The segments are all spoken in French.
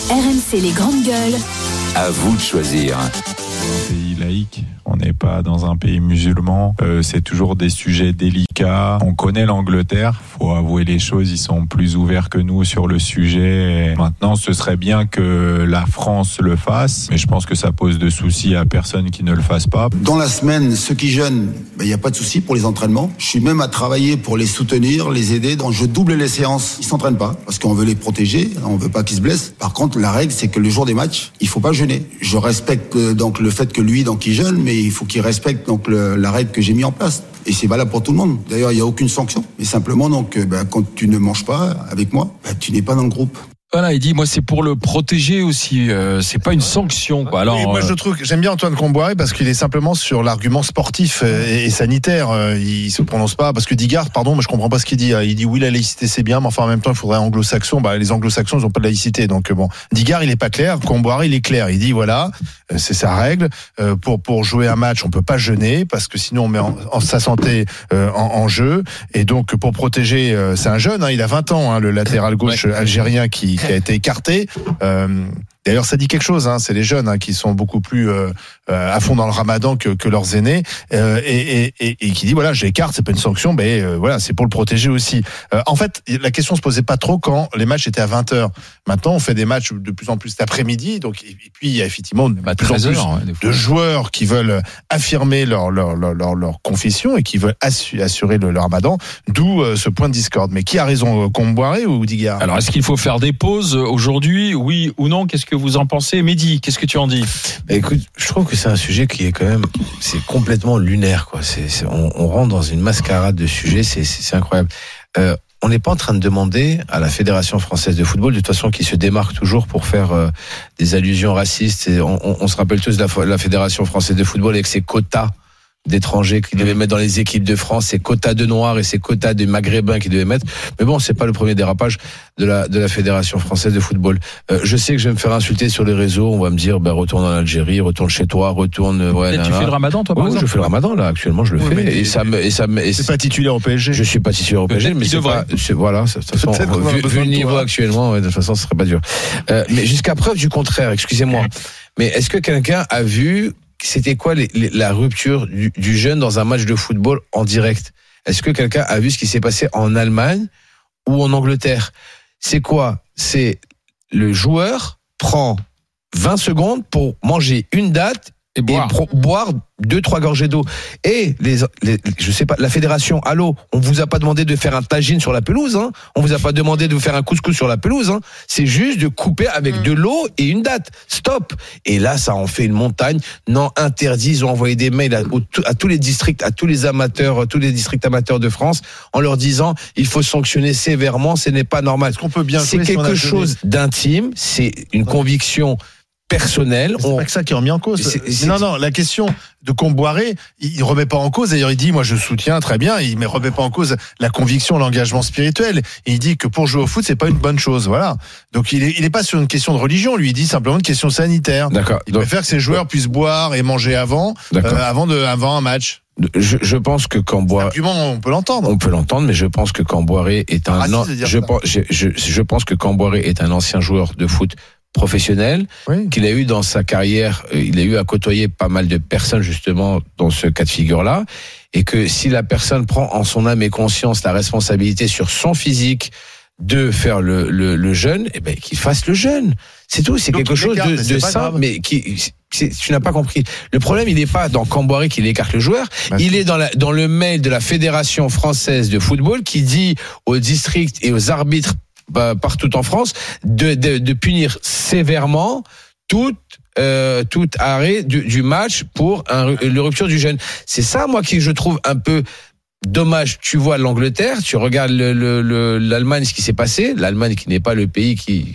RMC les grandes gueules. À vous de choisir. Un pays laïque, on n'est pas dans un pays musulman, c'est toujours des sujets délicats. On connaît l'Angleterre, faut avouer les choses, ils sont plus ouverts que nous sur le sujet. Et maintenant, ce serait bien que la France le fasse, mais je pense que ça pose de soucis à personne qui ne le fasse pas. Dans la semaine, ceux qui jeûnent, il n'y a pas de souci pour les entraînements. Je suis même à travailler pour les soutenir, les aider. Donc je double les séances. Ils s'entraînent pas parce qu'on veut les protéger, on veut pas qu'ils se blessent. Par contre, la règle, c'est que le jour des matchs, il faut pas jeûner. Je respecte donc le fait que lui, donc il jeûne, mais il faut qu'il respecte donc la règle que j'ai mis en place. Et c'est valable pour tout le monde. D'ailleurs, il n'y a aucune sanction. Mais simplement, donc, quand tu ne manges pas avec moi, tu n'es pas dans le groupe. Voilà, il dit, moi, c'est pour le protéger aussi. C'est pas une sanction, quoi. Alors, moi, je trouve que j'aime bien Antoine Kombouaré parce qu'il est simplement sur l'argument sportif et sanitaire. Il se prononce pas parce que Digard, pardon, mais je comprends pas ce qu'il dit. Il dit oui, la laïcité c'est bien, mais enfin en même temps, il faudrait anglo-saxon. Les anglo-saxons, ils ont pas de laïcité, donc bon. Digard, il est pas clair. Kombouaré, il est clair. Il dit voilà, c'est sa règle. Pour jouer un match, on peut pas jeûner parce que sinon on met sa santé en jeu. Et donc pour protéger, c'est un jeune. Il a 20 ans, le latéral gauche algérien qui a été écarté. D'ailleurs, ça dit quelque chose. C'est les jeunes qui sont beaucoup plus à fond dans le Ramadan que leurs aînés, et qui dit voilà, j'écarte, c'est pas une sanction, mais voilà, c'est pour le protéger aussi. En fait, la question se posait pas trop quand les matchs étaient à 20h. Maintenant, on fait des matchs de plus en plus cet après-midi, donc et puis il y a effectivement de plus en plus de joueurs qui veulent affirmer leur confession et qui veulent assurer le Ramadan, d'où ce point de discorde. Mais qui a raison, Kombouaré ou Digard? Alors, est-ce qu'il faut faire des pauses aujourd'hui, oui ou non? Qu'est-ce que vous en pensez, Mehdi? Qu'est-ce que tu en dis? Écoute, je trouve que c'est un sujet qui est quand même, c'est complètement lunaire, quoi. On rentre dans une mascarade de sujets, c'est incroyable. On n'est pas en train de demander à la Fédération française de football, de toute façon, qui se démarque toujours pour faire des allusions racistes. Et on se rappelle tous de la Fédération française de football avec ses quotas d'étrangers qu'ils devaient mettre dans les équipes de France, ces quotas de noirs et ces quotas de maghrébins qu'ils devaient mettre. Mais bon, c'est pas le premier dérapage de la Fédération française de football. Je sais que je vais me faire insulter sur les réseaux. On va me dire, retourne en Algérie, retourne chez toi, retourne. Tu fais le Ramadan, toi, par exemple? Je fais le Ramadan là. Actuellement, je le fais. C'est pas titulaire au PSG. Je suis pas titulaire au PSG, mais c'est pas. Voilà. De toute façon, vu le niveau actuellement, de toute façon, ce serait pas dur. Mais jusqu'à preuve du contraire. Excusez-moi. Mais est-ce que quelqu'un a vu c'était quoi la rupture du jeune dans un match de football en direct? Est-ce que quelqu'un a vu ce qui s'est passé en Allemagne ou en Angleterre? C'est quoi? C'est le joueur prend 20 secondes pour manger une date et boire 2-3 gorgées d'eau. Et je sais pas, la fédération, allô, on vous a pas demandé de faire un tagine sur la pelouse, On vous a pas demandé de vous faire un couscous sur la pelouse, C'est juste de couper avec de l'eau et une date. Stop. Et là, ça en fait une montagne. Non, interdit. Ils ont envoyé des mails à tous les districts, à tous les amateurs, tous les districts amateurs de France, en leur disant, il faut sanctionner sévèrement, ce n'est pas normal. Est-ce qu'on peut bien c'est quelque chose d'intime, c'est une conviction personnel. C'est pas que ça qui est remis en cause. Non, la question de Kombouaré, il remet pas en cause. D'ailleurs, il dit, moi, je soutiens très bien. Il ne remet pas en cause la conviction, l'engagement spirituel. Et il dit que pour jouer au foot, c'est pas une bonne chose. Voilà. Donc, il est pas sur une question de religion. Lui, il dit simplement une question sanitaire. D'accord. Il préfère que ses joueurs puissent boire et manger avant un match. Je pense que Kombouaré, on peut l'entendre. On peut l'entendre, mais je pense que Kombouaré est je pense que Kombouaré est un ancien joueur de foot professionnel, qu'il a eu dans sa carrière, il a eu à côtoyer pas mal de personnes justement dans ce cas de figure-là, et que si la personne prend en son âme et conscience la responsabilité sur son physique de faire le jeûne, qu'il fasse le jeûne. C'est tout, c'est quelque chose de simple, mais tu n'as pas compris. Le problème, il n'est pas dans Kombouaré qu'il écarte le joueur, il est dans le mail de la Fédération française de football qui dit aux districts et aux arbitres partout en France de punir sévèrement tout arrêt du match pour le rupture du jeûne. C'est ça, moi, qui je trouve un peu dommage. Tu vois l'Angleterre, tu regardes l'Allemagne, ce qui s'est passé, l'Allemagne qui n'est pas le pays qui...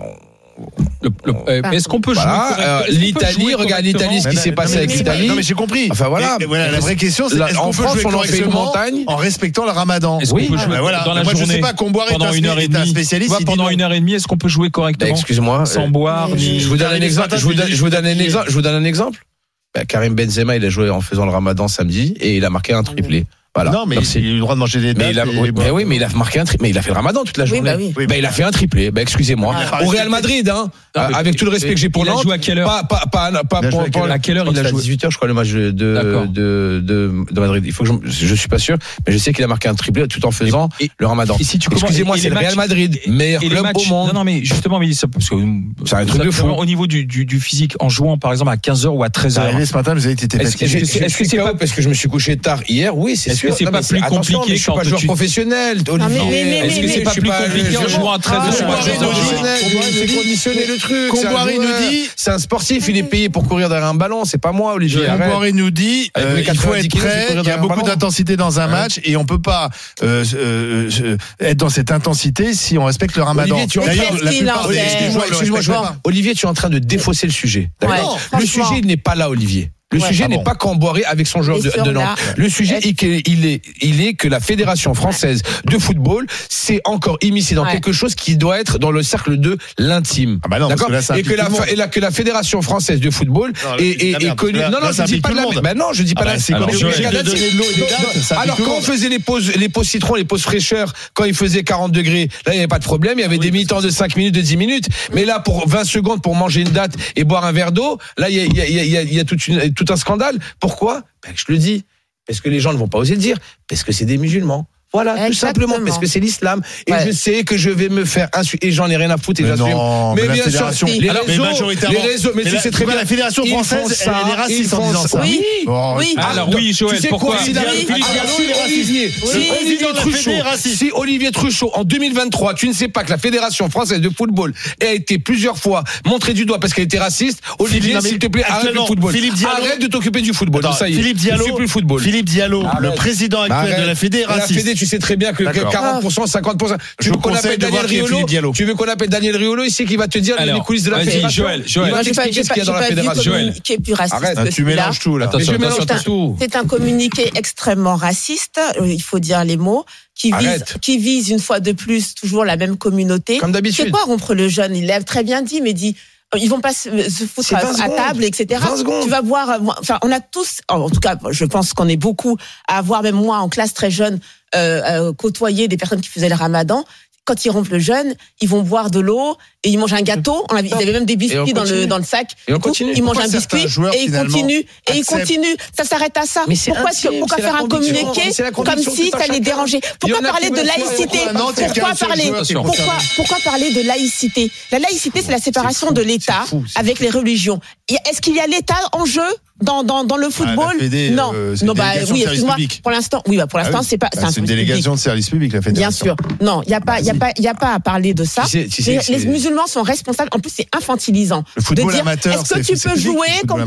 Est-ce qu'on peut jouer l'Italie, regarde l'Italie, ce qui s'est passé avec l'Italie. Non, mais j'ai compris. Enfin voilà. La vraie question, c'est est-ce qu'on peut jouer correctement en respectant le Ramadan? Est-ce qu'on peut jouer dans la journée? Je sais pas, Kombouaré pendant une heure et demie, spécialiste. Pendant une heure et demie, est-ce qu'on peut jouer correctement? Excuse-moi. Sans boire, ni. Je vous donne un exemple. Je vous donne un exemple. Karim Benzema, il a joué en faisant le Ramadan samedi et il a marqué un triplé. Voilà. Non, mais Merci. il a eu le droit de manger des dates. Mais il a marqué mais il a fait le Ramadan toute la journée. Il a fait un triplé. Excusez-moi. Au Real Madrid, avec tout le respect que j'ai pour Nantes. Il a joué à quelle heure? À quelle heure il a joué? 18h, je crois, le match de Madrid. Il faut que je suis pas sûr, mais je sais qu'il a marqué un triplé tout en faisant le Ramadan. Excusez-moi, c'est le Real Madrid, meilleur club au monde. Non, mais justement, mais parce que c'est un truc de fou. Au niveau du physique, en jouant par exemple à 15h ou à 13h. Ce matin, vous avez été fatigué. Est-ce que c'est pas parce que je me suis couché tard hier? Oui, c'est sûr. Est-ce que c'est pas plus compliqué? Je suis pas joueur professionnel, Olivier. Est-ce que c'est pas plus compliqué en jouant à 13h? C'est conditionné le truc. Comboiré nous dit, c'est un sportif, il est payé pour courir derrière un ballon, c'est pas moi, Olivier. Comboiré nous dit, il faut être prêt, il y a beaucoup d'intensité dans un match et on peut pas être dans cette intensité si on respecte le Ramadan. Olivier, tu es en train de défausser le sujet. Le sujet, il n'est pas là, Olivier. Le sujet n'est pas Camboiré avec son joueur de Nantes. Le sujet il est que la Fédération française de football s'est encore immiscée dans quelque chose qui doit être dans le cercle de l'intime. D'accord ? Et que la Fédération française de football est connue. Non, je dis pas de la merde. Non, je dis pas la alors quand on faisait les pauses citron, les pauses fraîcheur, quand il faisait 40 degrés, là il n'y avait pas de problème, il y avait des mi-temps de 5 minutes, de 10 minutes, mais là pour 20 secondes pour manger une date et boire un verre d'eau, là il y a tout un scandale. Pourquoi ? Je le dis. Parce que les gens ne vont pas oser le dire. Parce que c'est des musulmans. Voilà, exactement. Tout simplement, parce que c'est l'islam. Et je sais que je vais me faire insulter. Et j'en ai rien à foutre et j'assume. Mais bien sûr, les réseaux, mais tu sais très bien. La Fédération française, elle est raciste en disant ça. Oui. Alors oui, Joël, pourquoi? Si Olivier Truchot, en 2023, tu ne sais pas que la Fédération française de football a été plusieurs fois montrée du doigt parce qu'elle était raciste, Olivier, s'il te plaît, arrête le football. Arrête de t'occuper du football. Ça y est. Philippe Diallo, le président actuel de la Fédé est raciste. Tu sais très bien que 40%, 50%. Tu veux qu'on appelle Daniel Riolo? Tu veux qu'on appelle Daniel Riolo ici qui va te dire les coulisses de la fédération? Joël. Il va t'expliquer ce qu'il y a dans la fédération. Qui est plus raciste. Tu mélanges tout là. Je mélange tout. C'est un communiqué extrêmement raciste. Il faut dire les mots. Qui vise une fois de plus toujours la même communauté. Comme d'habitude. C'est quoi rompre le jeûne? Il l'a très bien dit, mais dit. Ils vont pas se foutre à table, etc. Tu vas voir. Enfin, on a tous, en tout cas, je pense qu'on est beaucoup à avoir, même moi en classe très jeune, côtoyé des personnes qui faisaient le Ramadan. Quand ils rompent le jeûne, ils vont boire de l'eau et ils mangent un gâteau. Ils avaient même des biscuits dans le sac. Et on continue. Ils mangent un biscuit et ils continuent. Ça s'arrête à ça. Pourquoi faire un communiqué comme si ça les dérangeait? Pourquoi parler de laïcité? Pourquoi parler de laïcité? La laïcité, c'est la séparation de l'État avec les religions. Est-ce qu'il y a l'État en jeu dans le football? Non. Oui, excuse-moi. Pour l'instant, c'est pas. C'est une délégation de service public, la fédération. Bien sûr. Non, il y a pas à parler de ça. Les musulmans sont responsables. En plus, c'est infantilisant. Le football amateur. Est-ce que tu peux jouer quand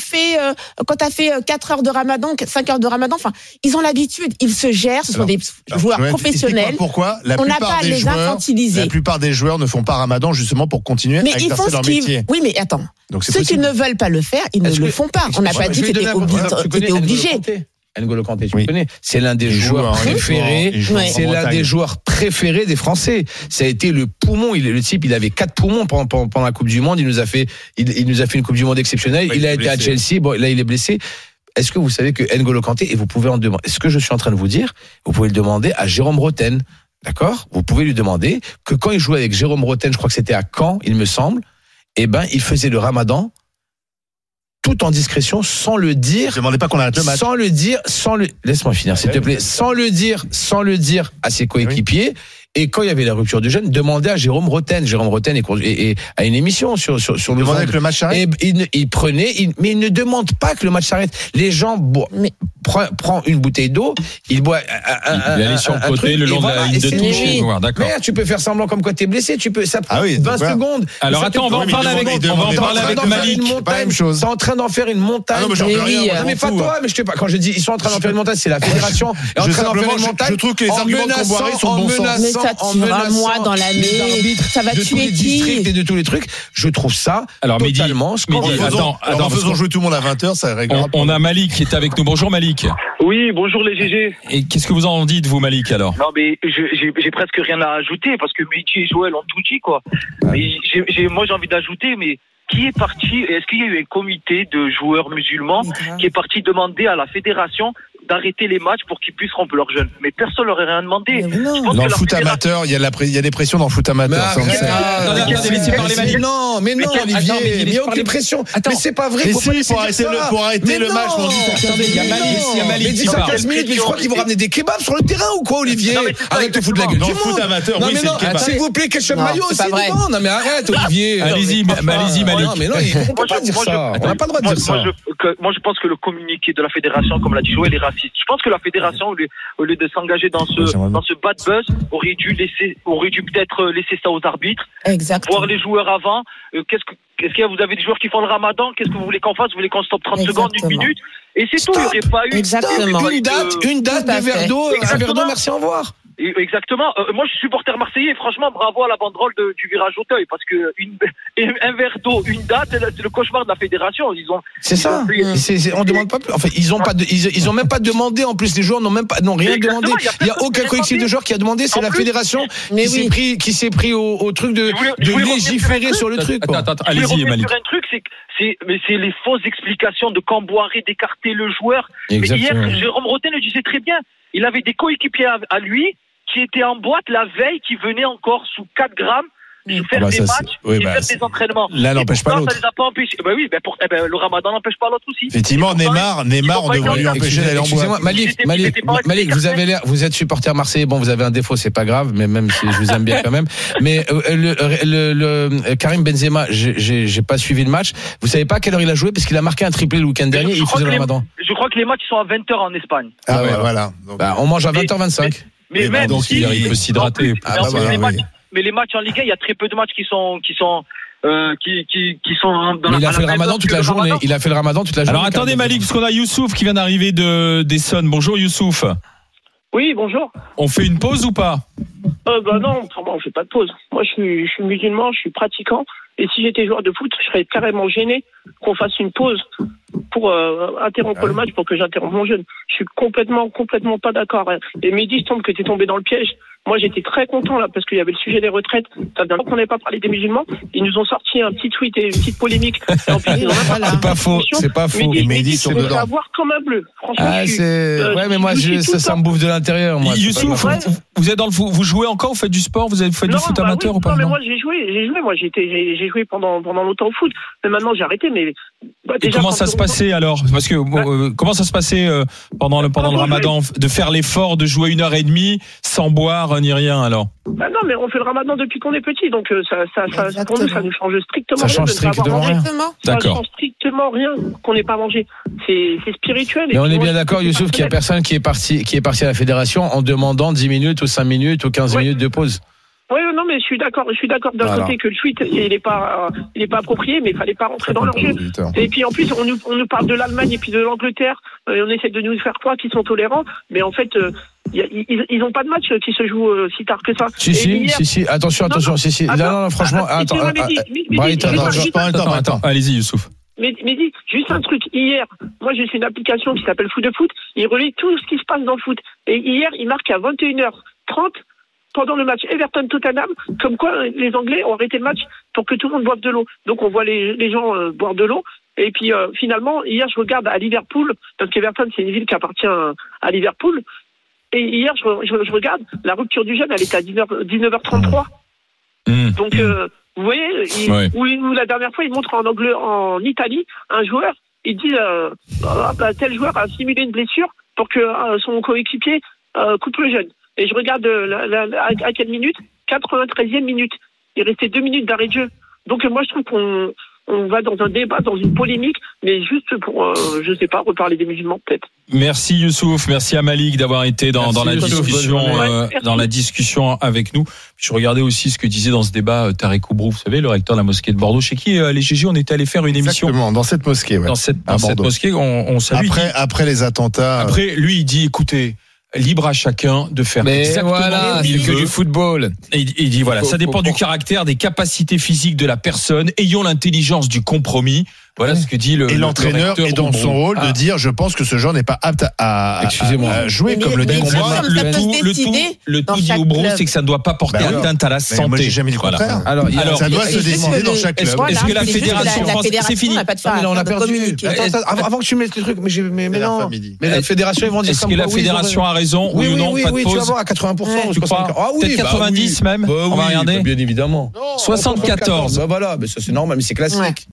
tu as fait 4 heures de Ramadan, 5 heures de Ramadan? Enfin, ils ont l'habitude. Ils se gèrent. Ce sont des joueurs professionnels. Pourquoi on n'a pas à les infantiliser. La plupart des joueurs ne font pas Ramadan justement pour continuer à exercer leur métier. Oui, mais attends. Ceux qui ne veulent pas le faire, ils ne le font pas. On n'a pas dit que t'étais obligé. N'Golo Kanté, tu connais, c'est l'un des joueurs préférés. C'est l'un des joueurs préférés des Français. Ça a été le poumon. Le type, il avait 4 poumons pendant la Coupe du Monde. Il nous a fait une Coupe du Monde exceptionnelle. Il a été à Chelsea. Bon, là, il est blessé. Est-ce que vous savez que N'Golo Kanté, et vous pouvez en demander, est-ce que je suis en train de vous dire, vous pouvez le demander à Jérôme Roten. D'accord? Vous pouvez lui demander que quand il jouait avec Jérôme Roten, je crois que c'était à Caen, il me semble, il faisait le Ramadan tout en discrétion, sans le dire. Demandez pas qu'on arrête le match. Sans le dire, laisse-moi finir, s'il te plaît. Sans le dire à ses coéquipiers. Et quand il y avait la rupture du jeûne, demandez à Jérôme Roten. Jérôme Roten est à une émission sur le demandez que le match s'arrête. Et il prenait, mais il ne demande pas que le match s'arrête. Les gens prend une bouteille d'eau, il boit il allait sur le côté le long de la ligne de touche. D'accord. Mais tu peux faire semblant comme quoi t'es blessé, ça prend 20 secondes. Alors attends, on va en parler avec Malik. Pas la même chose. T'es en train d'en faire une montagne. Non, mais pas toi, mais je sais pas. Quand je dis ils sont en train d'en faire une montagne, c'est la fédération est en train d'en faire une montagne. Je trouve que les arguments de Comboiré sont de bon sens. Mais ça tuera moi dans l'année. Ça va tuer qui? Et de tous les trucs. Je trouve ça totalement scandaleux. Alors faisons jouer tout le monde à 20h, ça réglera. On a Malik qui est avec nous. Bonjour Malik. Oui, bonjour les GG. Et qu'est-ce que vous en dites, vous, Malik, alors? Non, mais j'ai presque rien à ajouter parce que Mehdi et Joël ont tout dit, quoi. Mais moi, j'ai envie d'ajouter, mais qui est parti? Est-ce qu'il y a eu un comité de joueurs musulmans qui est parti demander à la fédération d'arrêter les matchs pour qu'ils puissent rompre leur jeûne. Mais personne leur a rien demandé. Dans le foot amateur, il y a des pressions dans le foot amateur. Non, Olivier, il n'y a aucune pression. Mais c'est pas vrai. Pour arrêter le match, on dit il y a Malik qui parle. 15 minutes, mais je crois qu'ils vont ramener des kebabs sur le terrain ou quoi, Olivier? Arrête de foutre la gueule du monde. Dans le foot amateur, oui, c'est le kebab. S'il vous plaît, ketchup mayo aussi devant. Non, mais arrête, Olivier. Allez-y, Malik. Non, mais non, on peut pas dire ça. On n'a pas le droit de dire ça. Moi, je pense que le communiqué de la fédération, comme l'a dit Joël, est raciste. Je pense que la fédération, au lieu de s'engager dans ce bad buzz, aurait dû peut-être laisser ça aux arbitres. Exactement. Voir les joueurs avant. Qu'est-ce que vous avez des joueurs qui font le ramadan? Qu'est-ce que vous voulez qu'on fasse? Vous voulez qu'on stoppe 30 secondes, 1 minute? Et c'est tout. Il n'y aurait pas eu une date, des verres d'eau, un verre d'eau, merci, au revoir. Exactement. Moi, je suis supporter marseillais. Franchement, bravo à la banderole du virage Auteuil, parce que un verre d'eau, une date, c'est le cauchemar de la fédération. C'est ça. On demande pas plus. Enfin, ils ont même pas demandé. En plus, les joueurs n'ont rien demandé. Il y a aucun collectif de joueurs qui a demandé. C'est la fédération qui s'est pris au truc de légiférer sur le truc. Attends, allez-y, Malik. Un truc, c'est les fausses explications de Camboiré d'écarter le joueur. Exactement. Mais hier, Jérôme Rotten le disait très bien. Il avait des coéquipiers à lui qui étaient en boîte la veille, qui venaient encore sous 4 grammes faire des matchs et faire des entraînements. L'un n'empêche pas l'autre. Ça les a pas empêchés. Le Ramadan n'empêche pas l'autre aussi. Effectivement, Neymar, on devrait lui empêcher d'aller en boîte. Malik, vous êtes supporter marseillais. Bon, vous avez un défaut, c'est pas grave, mais même si je vous aime bien quand même. Mais Karim Benzema, j'ai pas suivi le match. Vous savez pas à quelle heure il a joué parce qu'il a marqué un triplé le week-end dernier et il faisait le Ramadan. Je crois que les matchs sont à 20h en Espagne. Ah ouais, voilà. On mange à 20h25. Mais même donc si, il peut s'hydrater. Mais les matchs en Ligue 1, il y a très peu de matchs qui sont dans il a fait le Ramadan toute la journée. Alors attendez, Malik, parce qu'on a Youssouf qui vient d'arriver d'Essonne. Bonjour Youssouf. Oui, bonjour. On fait une pause ou pas? Non, on fait pas de pause. Moi, je suis musulman, je suis pratiquant. Et si j'étais joueur de foot, je serais carrément gêné qu'on fasse une pause pour interrompre le match pour que j'interrompe mon jeûne. Je suis complètement pas d'accord. Et Mehdi, je tombe que tu es tombé dans le piège. Moi, j'étais très content là parce qu'il y avait le sujet des retraites. Ça fait longtemps qu'on n'avait pas parlé des musulmans. Ils nous ont sorti un petit tweet et une petite polémique. Et en plus, c'est pas faux. Et Mehdi tombe dedans. À voir comme un bleu. Franchement, mais moi, ça me bouffe de l'intérieur. Moi, Youssouf, vous êtes dans le foot, vous jouez encore, vous faites du sport, vous faites du foot amateur ou pas? Non, mais moi, j'ai joué. Moi, j'ai joué pendant longtemps au foot. Mais maintenant, j'ai arrêté. Mais et comment ça se passait alors? Parce que comment ça se passait pendant le Ramadan de faire l'effort de jouer 1h30 sans boire ni rien alors? Non, mais on fait le Ramadan depuis qu'on est petit, donc ça pour nous ça ne change strictement rien. Ça change strictement rien. D'accord. Ça change strictement rien qu'on n'ait pas mangé. C'est spirituel. Mais on est bien d'accord, Youssouf, qu'il y a personne qui est parti à la fédération en demandant 10 minutes ou 5 minutes ou 15 minutes de pause. Oui, non, mais je suis d'accord d'un côté que le tweet, il est pas approprié, mais il fallait pas rentrer dans leur jeu. Et puis, en plus, on nous parle de l'Allemagne et puis de l'Angleterre, et on essaie de nous faire croire qu'ils sont tolérants, mais en fait, ils ont pas de match qui se joue si tard que ça. Si. Attention. Non, franchement, attends. Allez-y, Youssouf. Mais dis, juste un truc. Hier, moi, j'ai fait une application qui s'appelle Foot de Foot. Il relie tout ce qui se passe dans le foot. Et hier, il marque à 21h30 pendant le match Everton-Tottenham, comme quoi les Anglais ont arrêté le match pour que tout le monde boive de l'eau. Donc on voit les gens boire de l'eau. Et puis finalement, hier je regarde à Liverpool, parce qu'Everton c'est une ville qui appartient à Liverpool. Et hier je regarde, la rupture du jeûne, elle était à 19h33. Donc vous voyez, où la dernière fois, il montre en Italie, un joueur, il dit tel joueur a simulé une blessure pour que son coéquipier coupe le jeûne. Et je regarde à quelle minute? 93e minute. Il restait 2 minutes d'arrêt de jeu. Donc moi, je trouve qu'on va dans un débat, dans une polémique, mais juste pour, je sais pas, reparler des musulmans peut-être. Merci Youssouf, merci à Malik d'avoir été dans la discussion avec nous. Je regardais aussi ce que disait dans ce débat Tarek Oubrou, vous savez, le recteur de la mosquée de Bordeaux, chez qui les GG, on était allé faire une émission. Exactement, dans cette mosquée. Ouais. Dans cette mosquée, on salue. Après les attentats. Après, lui, il dit, écoutez, libre à chacun de faire exactement ce qu'il veut. Que du football. Et il dit ça dépend du caractère, des capacités physiques de la personne, ayons l'intelligence du compromis. Voilà ce que dit le. Et l'entraîneur est dans son rôle de dire, je pense que ce joueur n'est pas apte à jouer, comme le dit Comboiré. Le tout dit Houbrou, c'est que ça ne doit pas porter atteinte à la santé. Moi, j'ai jamais dit le contraire. Alors, ça doit se décider dans chaque club. Est-ce que la fédération, c'est fini? On a perdu. Avant que tu mettes les trucs, mais non. Mais la fédération, ils vont dire. Est-ce que la fédération a raison? Oui ou non? Pas de pause. Tu vas voir à 80%. Peut-être 90 même. On va regarder. Bien évidemment. 74. Voilà, mais ça c'est normal, mais c'est classique.